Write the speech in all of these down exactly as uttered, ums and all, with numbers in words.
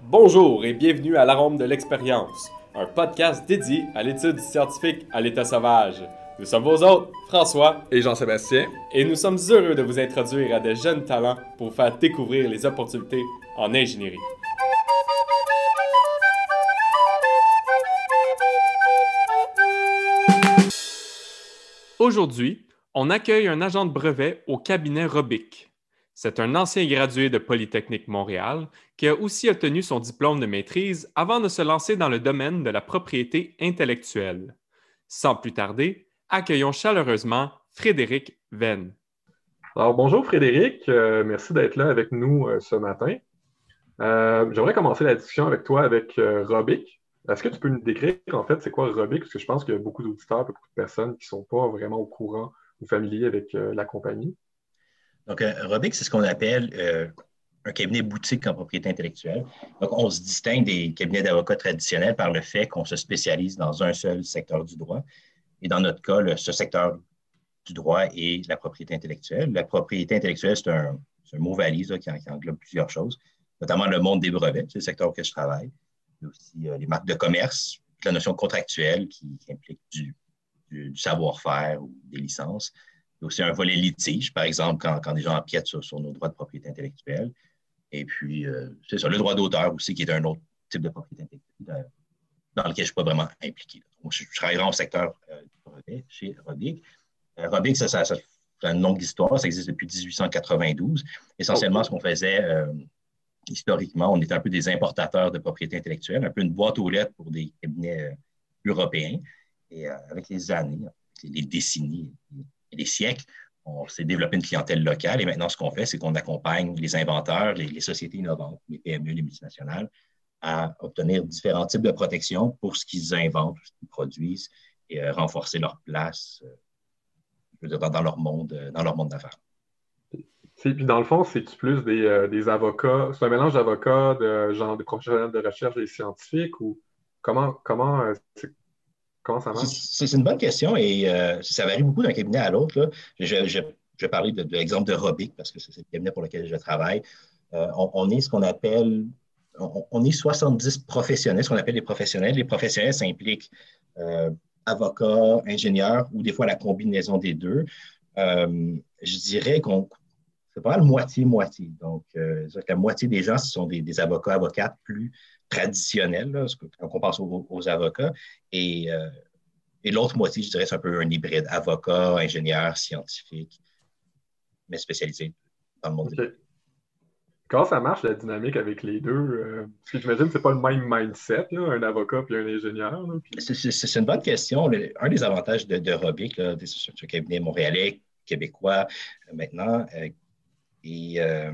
Bonjour et bienvenue à l'Arôme de l'expérience, un podcast dédié à l'étude scientifique à l'état sauvage. Nous sommes vos hôtes, François, Et Jean-Sébastien. et nous sommes heureux de vous introduire à de jeunes talents pour vous faire découvrir les opportunités en ingénierie. Aujourd'hui, on accueille un agent de brevet au cabinet Robic. C'est un ancien gradué de Polytechnique Montréal qui a aussi obtenu son diplôme de maîtrise avant de se lancer dans le domaine de la propriété intellectuelle. Sans plus tarder, accueillons chaleureusement Frédéric Venn. Alors, bonjour Frédéric, Euh, merci d'être là avec nous euh, ce matin. Euh, j'aimerais commencer la discussion avec toi avec euh, Robic. Est-ce que tu peux nous décrire en fait c'est quoi Robic? Parce que je pense qu'il y a beaucoup d'auditeurs, beaucoup de personnes qui ne sont pas vraiment au courant ou familiers avec euh, la compagnie. Donc, euh, Robic, c'est ce qu'on appelle euh, un cabinet boutique en propriété intellectuelle. Donc, on se distingue des cabinets d'avocats traditionnels par le fait qu'on se spécialise dans un seul secteur du droit. Et dans notre cas, le- ce secteur du droit est la propriété intellectuelle. La propriété intellectuelle, c'est un, c'est un mot valise là, qui, qui englobe plusieurs choses, notamment le monde des brevets, c'est le secteur auquel je travaille. Il y a aussi euh, les marques de commerce, la notion contractuelle qui, qui implique du, du, du savoir-faire ou des licences. Il y a aussi un volet litige, par exemple, quand, quand des gens empiètent sur, sur nos droits de propriété intellectuelle. Et puis, euh, c'est ça, le droit d'auteur aussi, qui est un autre type de propriété intellectuelle euh, dans lequel je ne suis pas vraiment impliqué. Donc, je, je travaille vraiment au secteur euh, du brevet chez Robic. Euh, Robic, ça, ça, ça, c'est une longue histoire, ça existe depuis dix-huit cent quatre-vingt-douze. Essentiellement, OK. ce qu'on faisait euh, historiquement, on était un peu des importateurs de propriété intellectuelle, un peu une boîte aux lettres pour des cabinets euh, européens. Et euh, avec les années, les décennies et les siècles, on s'est développé une clientèle locale. Et maintenant, ce qu'on fait, c'est qu'on accompagne les inventeurs, les, les sociétés innovantes, les P M E, les multinationales, à obtenir différents types de protection pour ce qu'ils inventent, ce qu'ils produisent, et euh, renforcer leur place euh, je veux dire, dans, dans leur monde, euh, dans leur monde d'affaires. C'est- Puis dans le fond, c'est-tu plus des, euh, des avocats, c'est un mélange d'avocats, de genre des professionnels de recherche, des scientifiques ou comment, comment, euh, c'est- comment ça C'est marche? c'est une bonne question et euh, ça varie beaucoup d'un cabinet à l'autre. Là. Je, je, je vais parler de, de l'exemple de Robic parce que c'est le cabinet pour lequel je travaille. Euh, on, on est ce qu'on appelle, on, on est soixante-dix professionnels, ce qu'on appelle les professionnels. Les professionnels, ça implique euh, avocats, ingénieurs ou des fois la combinaison des deux. Euh, je dirais qu'on c'est pas mal moitié-moitié. Donc, euh, c'est-à-dire que la moitié des gens, ce sont des, des avocats, avocates plus traditionnels, là, quand on pense aux, aux avocats. Et euh, et l'autre moitié, je dirais, c'est un peu un hybride, avocat, ingénieur, scientifique, mais spécialisé dans le monde des OK. brevets. Comment ça marche la dynamique avec les deux? euh, parce que j'imagine que c'est pas le même mindset, là, un avocat puis un ingénieur. Là, puis... C'est c'est- c'est une bonne question. Le- un des avantages de, de Robic, là, c'est ce ce cabinet montréalais, québécois euh, maintenant, euh, et euh,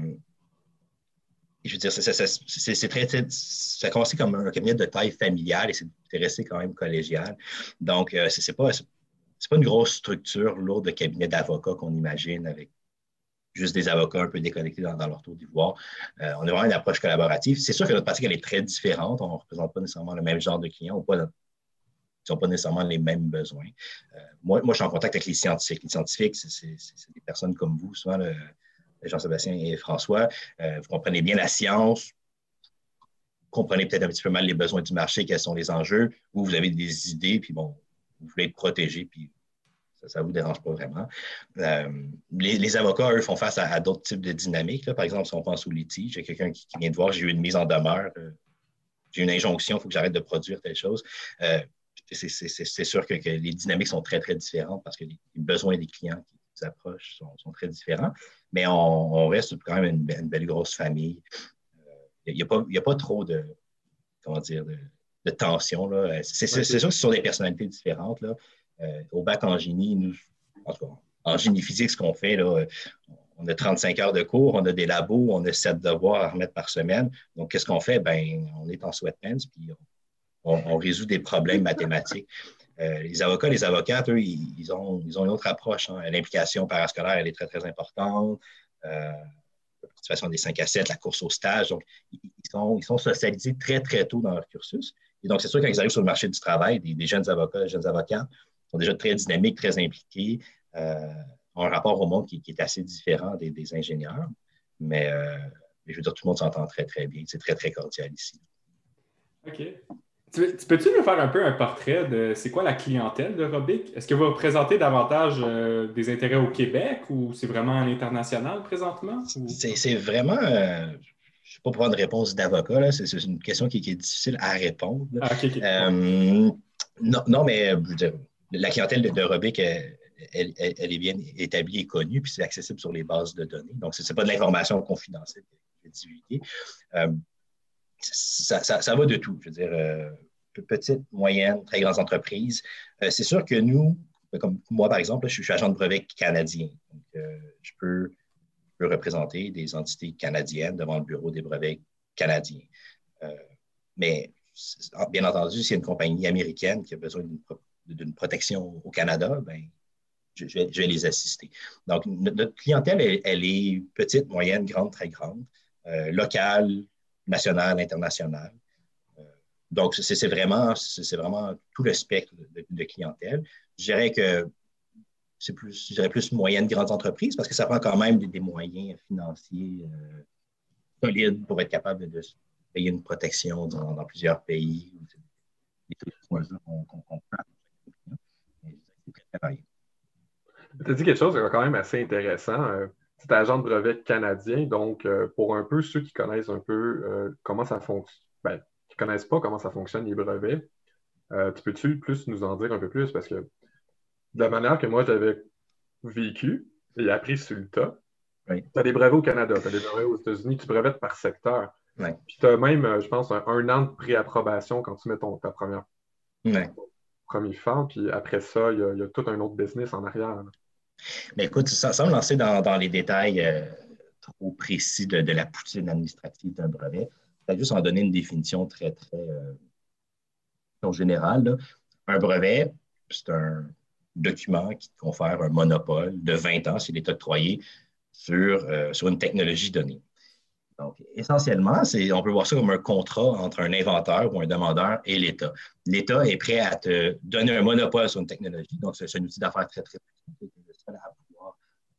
et je veux dire, c'est c'est- c'est- c'est- c'est très, très- ça a commencé comme un cabinet de taille familiale et c'est c'est resté quand même collégial. Donc, euh, c'est c'est pas, c'est pas une grosse structure lourde de cabinet d'avocats qu'on imagine avec juste des avocats un peu déconnectés dans, dans leur tour d'ivoire. Euh, on a vraiment une approche collaborative. C'est sûr que notre pratique, elle est très différente. On ne représente pas nécessairement le même genre de clients ou pas, ils n'ont pas nécessairement les mêmes besoins. Euh, moi, moi, je suis en contact avec les scientifiques. Les scientifiques, c'est, c'est, c'est des personnes comme vous, souvent, le, Jean-Sébastien et François. Euh, vous comprenez bien la science, vous comprenez peut-être un petit peu mal les besoins du marché, quels sont les enjeux. Vous, vous avez des idées, puis bon, vous voulez être protégé, puis ça ne vous dérange pas vraiment. Euh, les, les, avocats, eux, font face à, à d'autres types de dynamiques. Là. Par exemple, si on pense au litige, il y a quelqu'un qui, qui vient de voir, j'ai eu une mise en demeure, euh, j'ai une injonction, il faut que j'arrête de produire telle chose. Euh, c'est, c'est, c'est, c'est sûr que, que, les dynamiques sont très, très différentes parce que les, les besoins des clients qui nous approchent sont, sont très différents. Mais on, on, reste quand même une, une belle grosse famille. Il n'y a, a, pas trop de, comment dire, de, de tension. Là. C'est, c'est, c'est OK. sûr que ce sont des personnalités différentes. Là. Euh, au bac en génie, nous, en tout cas, en génie physique, ce qu'on fait, là, on a trente-cinq heures de cours, on a des labos, on a sept devoirs à remettre par semaine. Donc, qu'est-ce qu'on fait? Ben, on est en sweatpants, puis on, on résout des problèmes mathématiques. Euh, les avocats, les avocates, eux, ils, ils, ont, ils ont une autre approche. Hein. L'implication parascolaire, elle est très, très importante. Euh, la participation des cinq à sept, la course au stage. Donc, ils sont, ils sont socialisés très, très tôt dans leur cursus. Et donc, c'est sûr, quand ils arrivent sur le marché du travail, des, des jeunes avocats, des jeunes avocats sont déjà très dynamiques, très impliqués, euh, ont un rapport au monde qui, qui est assez différent des, des ingénieurs. Mais euh, mais je veux dire, tout le monde s'entend très, très bien. C'est très, très cordial ici. OK. Tu, tu peux-tu nous faire un peu un portrait de c'est quoi la clientèle de Robic? Est-ce que vous représentez davantage euh, des intérêts au Québec ou c'est vraiment à l'international présentement? Ou... C'est, c'est vraiment, euh, je ne sais pas pour une réponse d'avocat, là, c'est, c'est une question qui, qui est difficile à répondre. Ah, OK, OK. Euh, non, non, mais je veux dire, la clientèle de, de Robic, elle, elle, elle est bien établie et connue, puis c'est accessible sur les bases de données. Donc, ce n'est pas de l'information confidentielle qui est divulguée. Euh, ça, ça, ça va de tout. Je veux dire, euh, petites, moyennes, très grandes entreprises. Euh, c'est sûr que nous, comme moi, par exemple, là, je, suis, je suis agent de brevet canadien. Donc, euh, je, peux, je peux représenter des entités canadiennes devant le bureau des brevets canadiens. Euh, mais, bien entendu, s'il y a une compagnie américaine qui a besoin d'une, d'une protection au Canada, ben, je, je, vais, je vais les assister. Donc, notre clientèle, elle, elle est petite, moyenne, grande, très grande, euh, locale, nationale, internationale. Euh, donc, c'est, c'est, vraiment, c'est, c'est vraiment tout le spectre de, de clientèle. Je dirais que c'est plus, je dirais plus moyenne, grande entreprise parce que ça prend quand même des, des moyens financiers euh, solides pour être capable de, de payer une protection dans, dans plusieurs pays. Et tous les trois ans qu'on, qu'on, qu'on prend. C'est très travaillé. Tu as dit quelque chose de quand même assez intéressant. Euh, tu es agent de brevet canadien, donc euh, pour un peu ceux qui connaissent un peu euh, comment ça fonctionne, ben, qui ne connaissent pas comment ça fonctionne les brevets, euh, tu peux-tu plus nous en dire un peu plus? Parce que de la manière que moi j'avais vécu et appris sur le tas, Oui. tu as des brevets au Canada, tu as des brevets aux États-Unis, tu brevettes par secteur. Oui. Puis tu as même, euh, je pense, un, un an de pré-approbation quand tu mets ton, ta première Oui. premier phare, puis après ça, il y, a, il y a tout un autre business en arrière. Là. Mais écoute, sans, sans me lancer dans, dans les détails euh, trop précis de, de la poutine administrative d'un brevet, je vais juste en donner une définition très, très euh, générale. Là. Un brevet, c'est un document qui te confère un monopole de vingt ans s'il est octroyé sur, euh, sur une technologie donnée. Donc, essentiellement, c'est, on peut voir ça comme un contrat entre un inventeur ou un demandeur et l'État. L'État est prêt à te donner un monopole sur une technologie, donc c'est, c'est un outil d'affaires très, très puissant, le seul à pouvoir,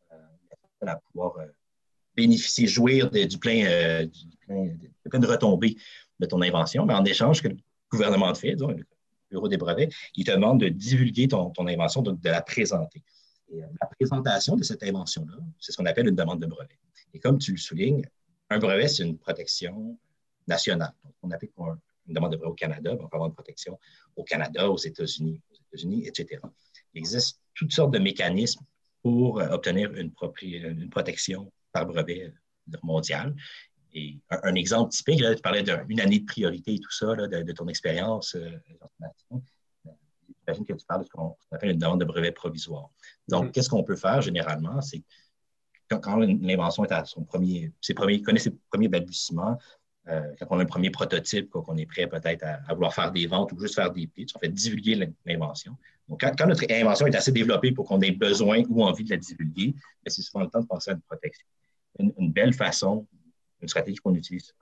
euh, à pouvoir euh, bénéficier, jouir de, du, plein, euh, du plein, de plein de retombées de ton invention, mais en échange, ce que le gouvernement te fait, disons, le Bureau des brevets, il te demande de divulguer ton, ton invention, donc de la présenter. Et euh, la présentation de cette invention-là, c'est ce qu'on appelle une demande de brevet. Et comme tu le soulignes, un brevet, c'est une protection nationale. Donc, on appelle une demande de brevet au Canada, on peut avoir une protection au Canada, aux États-Unis, aux États-Unis, et cetera. Il existe toutes sortes de mécanismes pour obtenir une, propri- une protection par brevet mondial. Et un, un exemple typique, là, tu parlais d'une année de priorité et tout ça, là, de, de ton expérience. Euh, J'imagine que tu parles de ce qu'on appelle une demande de brevet provisoire. Donc, mm-hmm. Qu'est-ce qu'on peut faire généralement? C'est quand, quand l'invention est à son premier, ses premiers, connaît ses premiers balbutiements, euh, quand on a un premier prototype, qu'on est prêt peut-être à, à vouloir faire des ventes ou juste faire des pitchs, on fait divulguer l'invention. Donc, quand, quand notre invention est assez développée pour qu'on ait besoin ou envie de la divulguer, c'est souvent le temps de penser à une protection. Une, une belle façon, une stratégie qu'on utilise,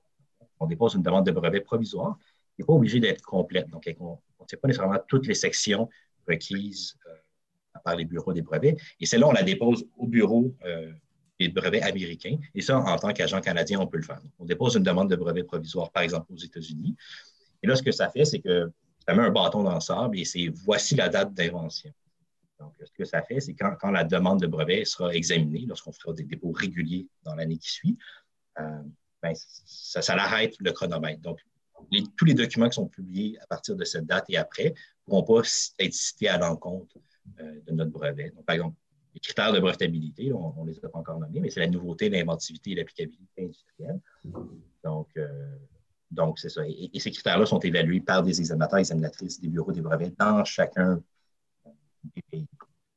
on dépose une demande de brevet provisoire, qui n'est pas obligée d'être complète. Donc, on ne sait pas nécessairement toutes les sections requises euh, par les bureaux des brevets. Et celle-là, on la dépose au bureau euh, des brevets américains. Et ça, en tant qu'agent canadien, on peut le faire. Donc, on dépose une demande de brevet provisoire, par exemple, aux États-Unis. Et là, ce que ça fait, c'est que ça met un bâton dans le sable et c'est voici la date d'invention. Donc, ce que ça fait, c'est quand, quand la demande de brevet sera examinée, lorsqu'on fera des dépôts réguliers dans l'année qui suit, euh, ben, ça, ça l'arrête le chronomètre. Donc, les, tous les documents qui sont publiés à partir de cette date et après ne pourront pas être cités à l'encontre euh, de notre brevet. Donc, par exemple, les critères de brevetabilité, on ne les a pas encore nommés, mais c'est la nouveauté, l'inventivité et l'applicabilité industrielle. Donc, euh, donc c'est ça. Et, et ces critères-là sont évalués par des examinateurs et examinatrices des bureaux des brevets dans chacun des pays.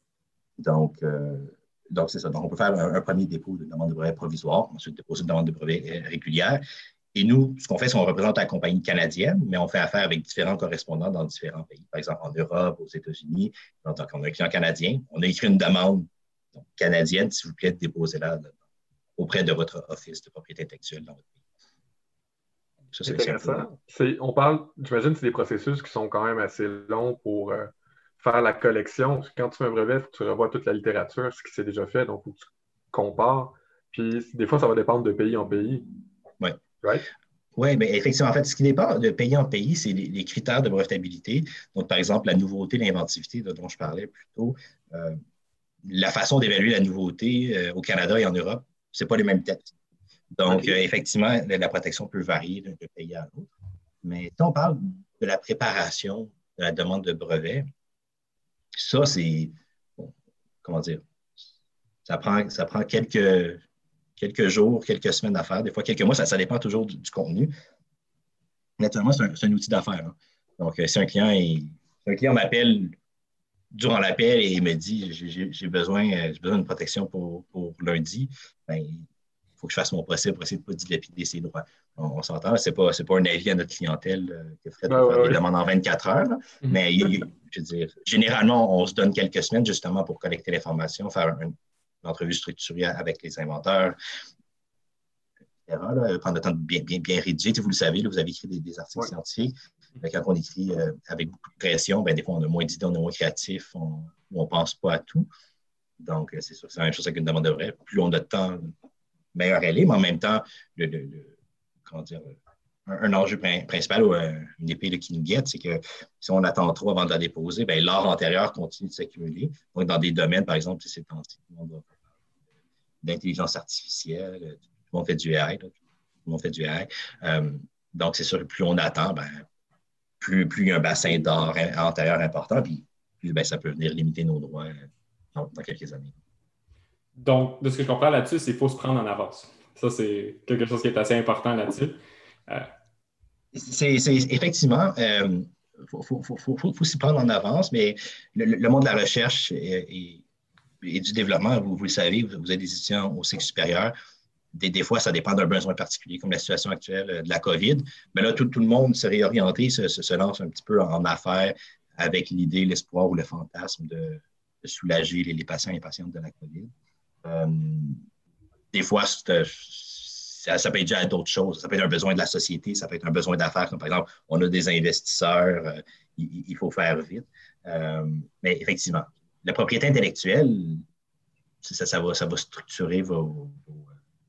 Donc, euh, donc c'est ça. Donc, on peut faire un, un premier dépôt de demande de brevet provisoire, ensuite déposer une demande de brevet régulière. Et nous, ce qu'on fait, c'est qu'on représente la compagnie canadienne, mais on fait affaire avec différents correspondants dans différents pays. Par exemple, en Europe, aux États-Unis. Donc, on a un client canadien. On a écrit une demande donc, canadienne, s'il vous plaît, déposez-la auprès de votre office de propriété intellectuelle dans votre pays. Ça, c'est intéressant. C'est, on parle, j'imagine que c'est des processus qui sont quand même assez longs pour euh, faire la collection. Quand tu fais un brevet, il faut que tu revois toute la littérature, ce qui s'est déjà fait, donc il faut que tu compares. Puis des fois, ça va dépendre de pays en pays. Oui. Right? Oui, mais effectivement, en fait, ce qui dépend de pays en pays, c'est les, les critères de brevetabilité. Donc, par exemple, la nouveauté, l'inventivité dont je parlais plus tôt. Euh, la façon d'évaluer la nouveauté euh, au Canada et en Europe, ce n'est pas les mêmes tests. Donc, okay. euh, effectivement, la, la protection peut varier d'un pays à l'autre. Mais si on parle de la préparation de la demande de brevet, ça, c'est, bon, comment dire, ça prend, ça prend quelques, quelques jours, quelques semaines à faire, des fois quelques mois, ça, ça dépend toujours du, du contenu. Naturellement, c'est un, c'est un outil d'affaires. Hein. Donc, euh, si un client, il, si un client m'appelle durant l'appel et me dit j'ai, j'ai, besoin, j'ai besoin d'une protection pour, pour lundi, bien, il faut que je fasse mon procès pour essayer de ne pas dilapider ses droits. On, on s'entend, ce n'est pas, c'est pas un avis à notre clientèle euh, que Fred va ouais, faire ouais, des ouais. demandes en vingt-quatre heures, là, mm-hmm. mais il, je veux dire, généralement, on se donne quelques semaines justement pour collecter l'information, faire une, une entrevue structurée avec les inventeurs, et cetera. Là, prendre le temps de bien, bien, bien rédiger. Tu sais, vous le savez, là, vous avez écrit des, des articles ouais. scientifiques. Quand on écrit euh, avec beaucoup de pression, bien, des fois, on a moins d'idées, on est moins créatif, on ne pense pas à tout. Donc, c'est sûr, c'est la même chose avec une demande de brevet. Plus on a de temps, meilleure elle est, mais en même temps, le, le, le, comment dire, un, un enjeu principal ou un, une épée là, qui nous guette, c'est que si on attend trop avant de la déposer, bien, l'art antérieur continue de s'accumuler. Donc, dans des domaines, par exemple, c'est tout le monde va d'intelligence artificielle, tout le monde fait du A I, là, tout le monde fait du A I. Euh, donc, c'est sûr que plus on attend, bien, Plus, plus il y a un bassin d'or antérieur important, puis plus ben, ça peut venir limiter nos droits dans, dans quelques années. Donc, de ce que je comprends là-dessus, c'est qu'il faut se prendre en avance. Ça, c'est quelque chose qui est assez important là-dessus. Euh... C'est, c'est effectivement, il euh, faut, faut, faut, faut, faut, faut s'y prendre en avance, mais le, le monde de la recherche et, et, et du développement, vous, vous le savez, vous, vous êtes des étudiants au cycle supérieur. Des, des fois, ça dépend d'un besoin particulier, comme la situation actuelle de la COVID. Mais là, tout, tout le monde s'est réorienté, se, se, se lance un petit peu en affaires avec l'idée, l'espoir ou le fantasme de, de soulager les, les patients et les patientes de la COVID. Euh, des fois, c'est, ça, ça peut être dû à d'autres choses. Ça peut être un besoin de la société, ça peut être un besoin d'affaires, comme par exemple, on a des investisseurs, euh, il, il faut faire vite. Euh, mais effectivement, la propriété intellectuelle, ça, ça, va, ça va structurer vos, vos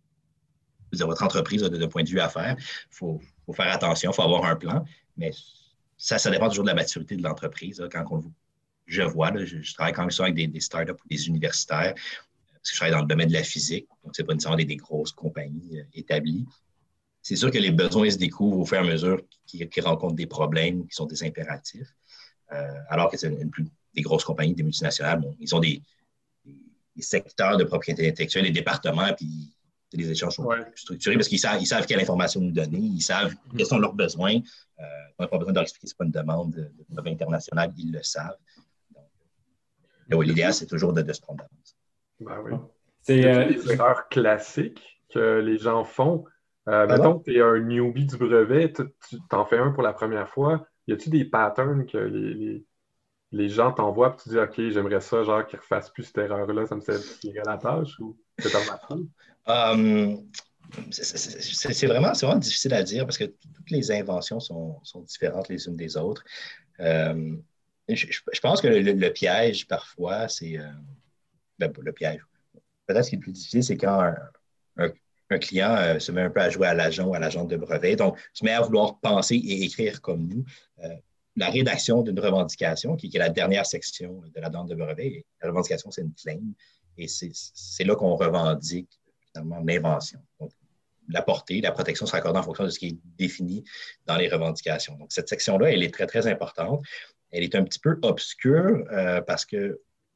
de votre entreprise d'un point de vue affaires. Il faut, faut faire attention, il faut avoir un plan, mais ça, ça dépend toujours de la maturité de l'entreprise. Là, quand on, je vois, là, je, je travaille quand même souvent avec des, des startups ou des universitaires, parce que je travaille dans le domaine de la physique, donc ce n'est pas nécessairement des, des grosses compagnies euh, établies. C'est sûr que les besoins se découvrent au fur et à mesure qu'ils, qu'ils rencontrent des problèmes qui sont des impératifs, euh, alors que c'est une, une, des grosses compagnies, des multinationales, bon, ils ont des, des, des secteurs de propriété intellectuelle, des départements, puis les échanges sont ouais. structurés parce qu'ils savent, ils savent quelle information nous donner, ils savent mm-hmm. quels sont leurs besoins. Euh, on n'a pas besoin de leur expliquer, ce n'est pas une demande de, de brevet international, ils le savent. Donc, euh, l'idéal, c'est toujours de, de se prendre d'avance. Ben oui. C'est euh, des erreurs classiques que les gens font. Euh, ah mettons que tu es un newbie du brevet, tu, tu t'en fais un pour la première fois. Y a-t-il des patterns que les, les, les gens t'envoient et tu dis OK, j'aimerais ça, genre qu'ils ne refassent plus cette erreur-là, ça me simplifierait la tâche ou c'est un matin? Um, c'est, c'est, c'est, vraiment, c'est vraiment difficile à dire parce que toutes les inventions sont, sont différentes les unes des autres. Euh, je, je pense que le, le, le piège, parfois, c'est... Euh, ben, le piège. Peut-être ce qui est le plus difficile, c'est quand un, un, un client euh, se met un peu à jouer à l'agent ou à l'agent de brevet, donc se met à vouloir penser et écrire comme nous. Euh, la rédaction d'une revendication, qui, qui est la dernière section de la demande de brevet, la revendication, c'est une claim, et c'est, c'est là qu'on revendique finalement l'invention. Donc, la portée, la protection sera accordée en fonction de ce qui est défini dans les revendications. Donc, cette section-là, elle est très, très importante. Elle est un petit peu obscure euh, parce que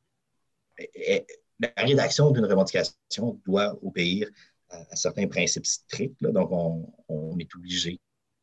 elle, la rédaction d'une revendication doit obéir à, à certains principes stricts. Là. Donc, on, on est obligé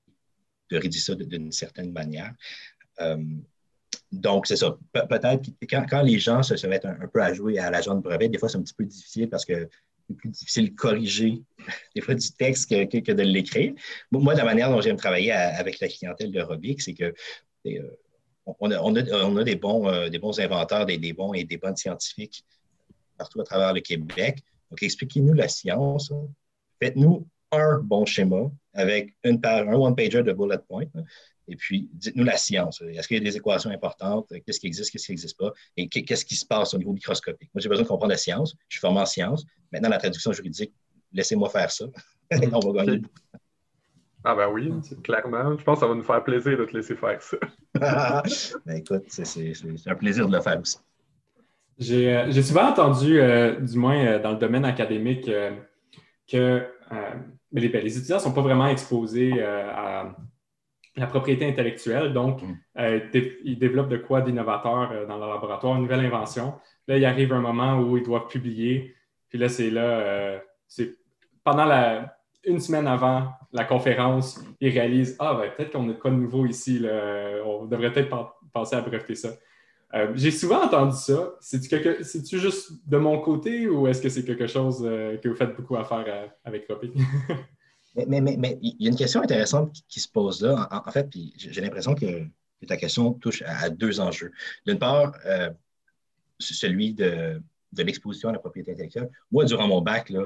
de rédiger ça d'une certaine manière. Euh, donc, c'est ça. Pe- peut-être que quand, quand les gens se, se mettent un, un peu à jouer à l'agent de brevet, des fois, c'est un petit peu difficile parce que c'est plus difficile de corriger des fois du texte que, que, que de l'écrire. Moi, la manière dont j'aime travailler à, avec la clientèle de Robic, c'est que euh, on, a, on, a, on a des bons, euh, des bons inventeurs, des, des bons et des bonnes scientifiques partout à travers le Québec. Donc, expliquez-nous la science. Hein. Faites-nous un bon schéma avec une page, un one-pager de bullet point. Hein. Et puis, dites-nous la science. Est-ce qu'il y a des équations importantes? Qu'est-ce qui existe? Qu'est-ce qui n'existe pas? Et qu'est-ce qui se passe au niveau microscopique? Moi, j'ai besoin de comprendre la science. Je suis formé en sciences. Maintenant, la traduction juridique laissez-moi faire ça. Mm. On va gagner Okay. beaucoup. Ah ben oui, clairement. Je pense que ça va nous faire plaisir de te laisser faire ça. Ben, écoute, c'est, c'est, c'est un plaisir de le faire aussi. J'ai, euh, j'ai souvent entendu, euh, du moins euh, dans le domaine académique, euh, que euh, les, ben, les étudiants ne sont pas vraiment exposés euh, à la propriété intellectuelle. Donc, Mm. euh, dé- ils développent de quoi d'innovateur euh, dans leur laboratoire, une nouvelle invention. Là, il arrive un moment où ils doivent publier. Puis là, c'est là, euh, c'est pendant la, une semaine avant la conférence, ils réalisent, ah, ben, peut-être qu'on a de quoi de nouveau ici. Là. On devrait peut-être pa- penser à breveter ça. Euh, j'ai souvent entendu ça. C'est-tu, quelque... C'est-tu juste de mon côté ou est-ce que c'est quelque chose euh, que vous faites beaucoup à faire euh, avec Ropic? Mais, mais, mais, mais il y a une question intéressante qui, qui se pose là. En, en fait, puis j'ai l'impression que, que ta question touche à, à deux enjeux. D'une part, euh, celui de, de l'exposition à la propriété intellectuelle. Moi, durant mon bac, là,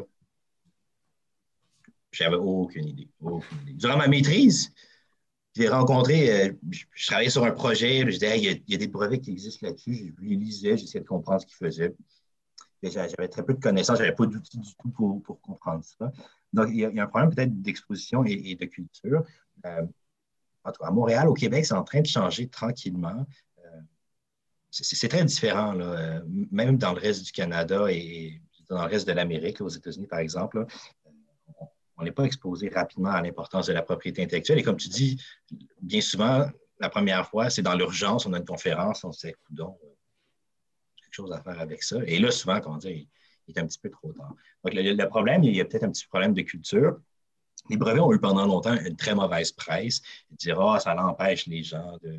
j'avais aucune idée, aucune idée. Durant ma maîtrise, j'ai rencontré, euh, je, je travaillais sur un projet, je disais, hey, il, y a, il y a des brevets qui existent là-dessus, je les lisais, j'essayais de comprendre ce qu'ils faisaient. J'avais très peu de connaissances, je n'avais pas d'outils du tout pour, pour comprendre ça. Donc, il y a, il y a un problème peut-être d'exposition et, et, de culture. Euh, en tout cas, à Montréal, au Québec, c'est en train de changer tranquillement. Euh, c'est très différent, là. Euh, même dans le reste du Canada et dans le reste de l'Amérique, aux États-Unis, par exemple, là, on n'est pas exposé rapidement à l'importance de la propriété intellectuelle. Et comme tu dis, bien souvent, la première fois, c'est dans l'urgence, on a une conférence, on se dit, coudonc, quelque chose à faire avec ça. Et là, souvent, comment dire, il est un petit peu trop tard. Donc, le, le problème, il y a peut-être un petit problème de culture. Les brevets ont eu pendant longtemps une très mauvaise presse. Dire, ah, oh, ça empêche les gens de,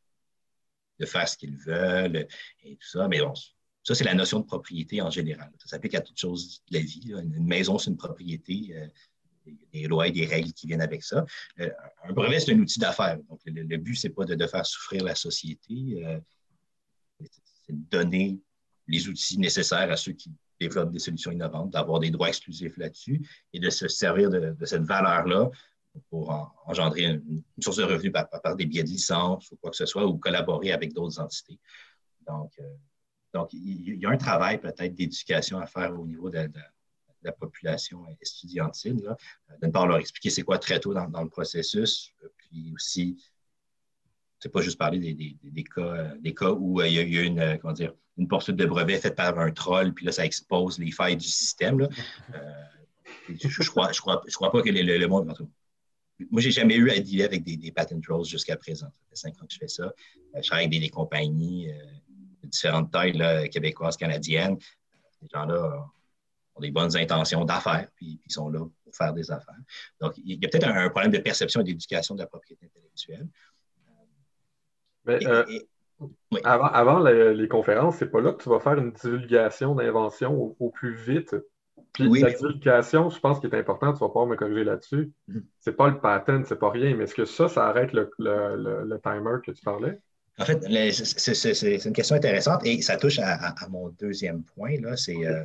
de faire ce qu'ils veulent et tout ça. Mais bon, ça, c'est la notion de propriété en général. Ça s'applique à toute chose de la vie. Là. Une maison, c'est une propriété. Euh, il y a des lois et des règles qui viennent avec ça. Euh, un brevet, c'est un outil d'affaires. Donc, le, le but, ce n'est pas de, de faire souffrir la société. Euh, c'est de donner les outils nécessaires à ceux qui développent des solutions innovantes, d'avoir des droits exclusifs là-dessus et de se servir de, de cette valeur-là pour en, engendrer une, une source de revenus par, par des biais de licence ou quoi que ce soit, ou collaborer avec d'autres entités. Donc, euh, donc, il y a un travail peut-être d'éducation à faire au niveau de, de, de la population estudiantine. D'une part, leur expliquer c'est quoi très tôt dans, dans le processus, puis aussi, c'est pas juste parler des, des, des, cas, des cas où euh, il y a eu une, comment dire, une poursuite de brevet faite par un troll, puis là, ça expose les failles du système. Là. Euh, je, je, crois, je, crois, je crois pas que le, le, le monde... Moi, j'ai jamais eu à dealer avec des, des patent trolls jusqu'à présent. Ça fait cinq ans que je fais ça. Euh, je travaille avec des, des compagnies euh, de différentes tailles, là, québécoises, canadiennes. Ces gens-là ont des bonnes intentions d'affaires, puis, puis ils sont là pour faire des affaires. Donc, il y a peut-être un, un problème de perception et d'éducation de la propriété intellectuelle. Mais, Et, euh, et, oui. Avant, avant les, les conférences, c'est pas là que tu vas faire une divulgation d'invention au, au plus vite. Puis Oui, la mais... divulgation, je pense qu'il est important, tu vas pouvoir me corriger là-dessus. Mm-hmm. C'est pas le patent, c'est pas rien, mais est-ce que ça, ça arrête le, le, le, le timer que tu parlais? En fait, c'est une question intéressante et ça touche à, à, à mon deuxième point. C'est euh,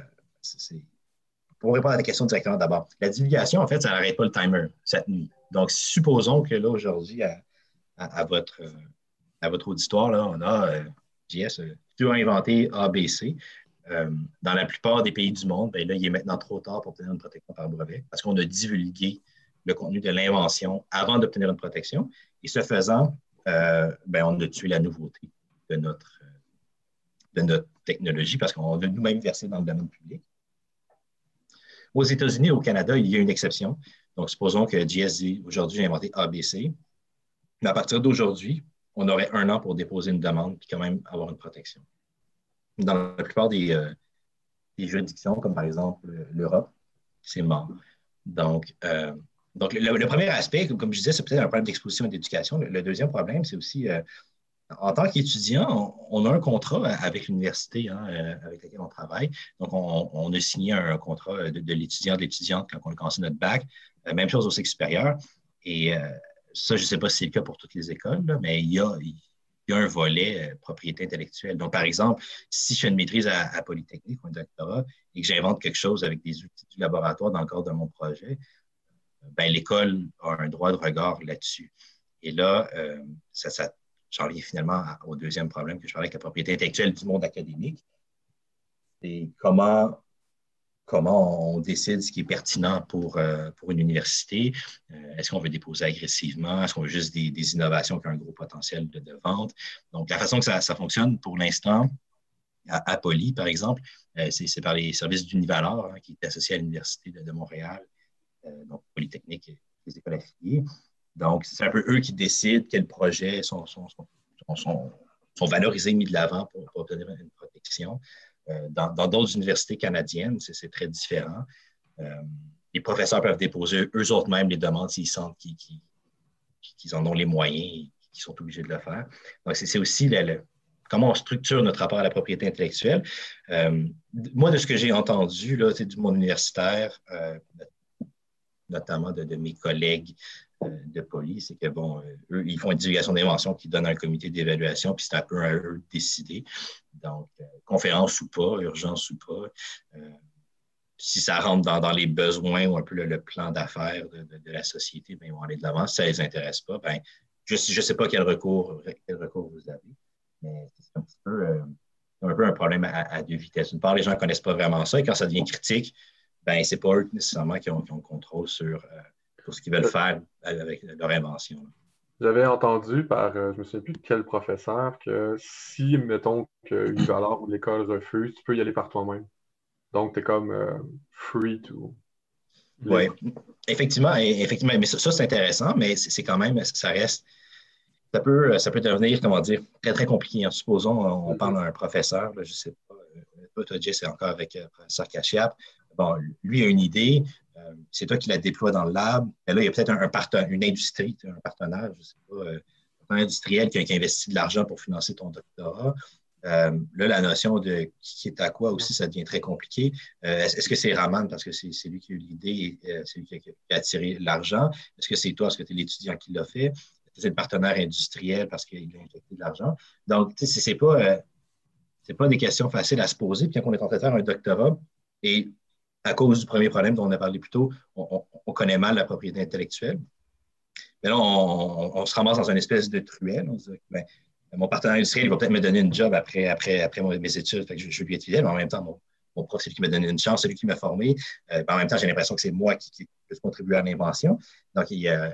pour répondre à la question directement d'abord. La divulgation, en fait, ça n'arrête pas le timer cette nuit. Donc, supposons que là, aujourd'hui, à, à, à, votre, à votre auditoire, là, on a euh, J S, euh, tu as inventé A B C. Euh, dans la plupart des pays du monde, ben là, il est maintenant trop tard pour obtenir une protection par brevet parce qu'on a divulgué le contenu de l'invention avant d'obtenir une protection. Et ce faisant, euh, ben, on a tué la nouveauté de notre, de notre technologie parce qu'on veut nous-mêmes verser dans le domaine public. Aux États-Unis et au Canada, il y a une exception. Donc, supposons que J S dit aujourd'hui, j'ai inventé A B C. Mais à partir d'aujourd'hui, on aurait un an pour déposer une demande et quand même avoir une protection. Dans la plupart des, euh, des juridictions, comme par exemple l'Europe, c'est mort. Donc, euh, donc le, le premier aspect, comme je disais, c'est peut-être un problème d'exposition et d'éducation. Le, le deuxième problème, c'est aussi, euh, en tant qu'étudiant, on, on a un contrat avec l'université hein, euh, avec laquelle on travaille. Donc, on, on a signé un contrat de, de l'étudiant, de l'étudiante quand on a commencé notre bac. Euh, même chose au cycle supérieur. Et euh, ça, je ne sais pas si c'est le cas pour toutes les écoles, là, mais il y a, il y a un volet euh, propriété intellectuelle. Donc, par exemple, si je fais une maîtrise à, à Polytechnique ou un doctorat et que j'invente quelque chose avec des outils du laboratoire dans le cadre de mon projet, ben, l'école a un droit de regard là-dessus. Et là, euh, ça, ça j'en viens finalement au deuxième problème que je parlais avec la propriété intellectuelle du monde académique. C'est comment comment on décide ce qui est pertinent pour, euh, pour une université. Euh, est-ce qu'on veut déposer agressivement? Est-ce qu'on veut juste des, des innovations qui ont un gros potentiel de, de vente? Donc, la façon que ça, ça fonctionne pour l'instant, à, à Poly, par exemple, euh, c'est, c'est par les services d'Univalor, hein, qui est associé à l'Université de, de Montréal, euh, donc Polytechnique et les écoles affiliées. Donc, c'est un peu eux qui décident quels projets sont, sont, sont, sont, sont valorisés, mis de l'avant pour, pour obtenir une protection. Euh, dans, dans d'autres universités canadiennes, c'est, c'est très différent. Euh, les professeurs peuvent déposer eux autres mêmes les demandes s'ils sentent qu'ils, qu'ils, qu'ils en ont les moyens et qu'ils sont obligés de le faire. Donc, c'est, c'est aussi le, le, comment on structure notre rapport à la propriété intellectuelle. Euh, moi, de ce que j'ai entendu là, du monde universitaire, euh, notamment de, de mes collègues euh, de Poly, c'est que, bon, euh, eux, ils font une divulgation d'invention qui donne à un comité d'évaluation, puis c'est un peu à eux de décider. Donc, euh, conférence ou pas, urgence ou pas, euh, si ça rentre dans, dans les besoins ou un peu le, le plan d'affaires de, de, de la société, bien, ils vont aller de l'avant. Si ça ne les intéresse pas, bien, je ne sais pas quel recours, quel recours vous avez, mais c'est un petit peu, euh, un, peu un problème à, à deux vitesses. D'une part, les gens ne connaissent pas vraiment ça, et quand ça devient critique, ben, ce n'est pas eux nécessairement qui ont, qui ont le contrôle sur, euh, sur ce qu'ils veulent faire avec leur invention. J'avais entendu par, euh, je me souviens plus de quel professeur, que si, mettons, que Univalor ou l'école refuse, tu peux y aller par toi-même. Donc, tu es comme euh, free to... Oui, effectivement, effectivement, mais ça, ça c'est intéressant, mais c'est, c'est quand même, ça reste, ça peut, ça peut devenir, comment dire, très, très compliqué. Supposons, on mm-hmm. parle d'un professeur, là, je ne sais pas, euh, toi, Jay, c'est encore avec le euh, professeur Cachiap. Bon, lui a une idée, euh, c'est toi qui la déploie dans le lab. Et là, il y a peut-être un, un parten- une industrie, un partenaire, je ne sais pas, euh, un industriel qui a, qui a investi de l'argent pour financer ton doctorat. Euh, là, la notion de qui est à quoi aussi, ça devient très compliqué. Euh, est-ce, est-ce que c'est Raman parce que c'est, c'est lui qui a eu l'idée et euh, c'est lui qui a, qui a attiré l'argent? Est-ce que c'est toi, est-ce que tu es l'étudiant qui l'a fait? Est-ce que c'est le partenaire industriel parce qu'il a injecté de l'argent? Donc, tu sais, c'est, c'est pas, euh, c'est pas des questions faciles à se poser. Puis quand on est en train de faire un doctorat, et à cause du premier problème dont on a parlé plus tôt, on, on, on connaît mal la propriété intellectuelle. Mais là, on, on, on se ramasse dans une espèce de truelle. On se dit, ben, mon partenaire industriel, il va peut-être me donner une job après, après, après mes études, fait que je, je vais lui être fidèle, mais en même temps, mon, mon prof, c'est lui qui m'a donné une chance, c'est lui qui m'a formé. Euh, en même temps, j'ai l'impression que c'est moi qui, qui peux contribuer à l'invention. Donc, il, euh,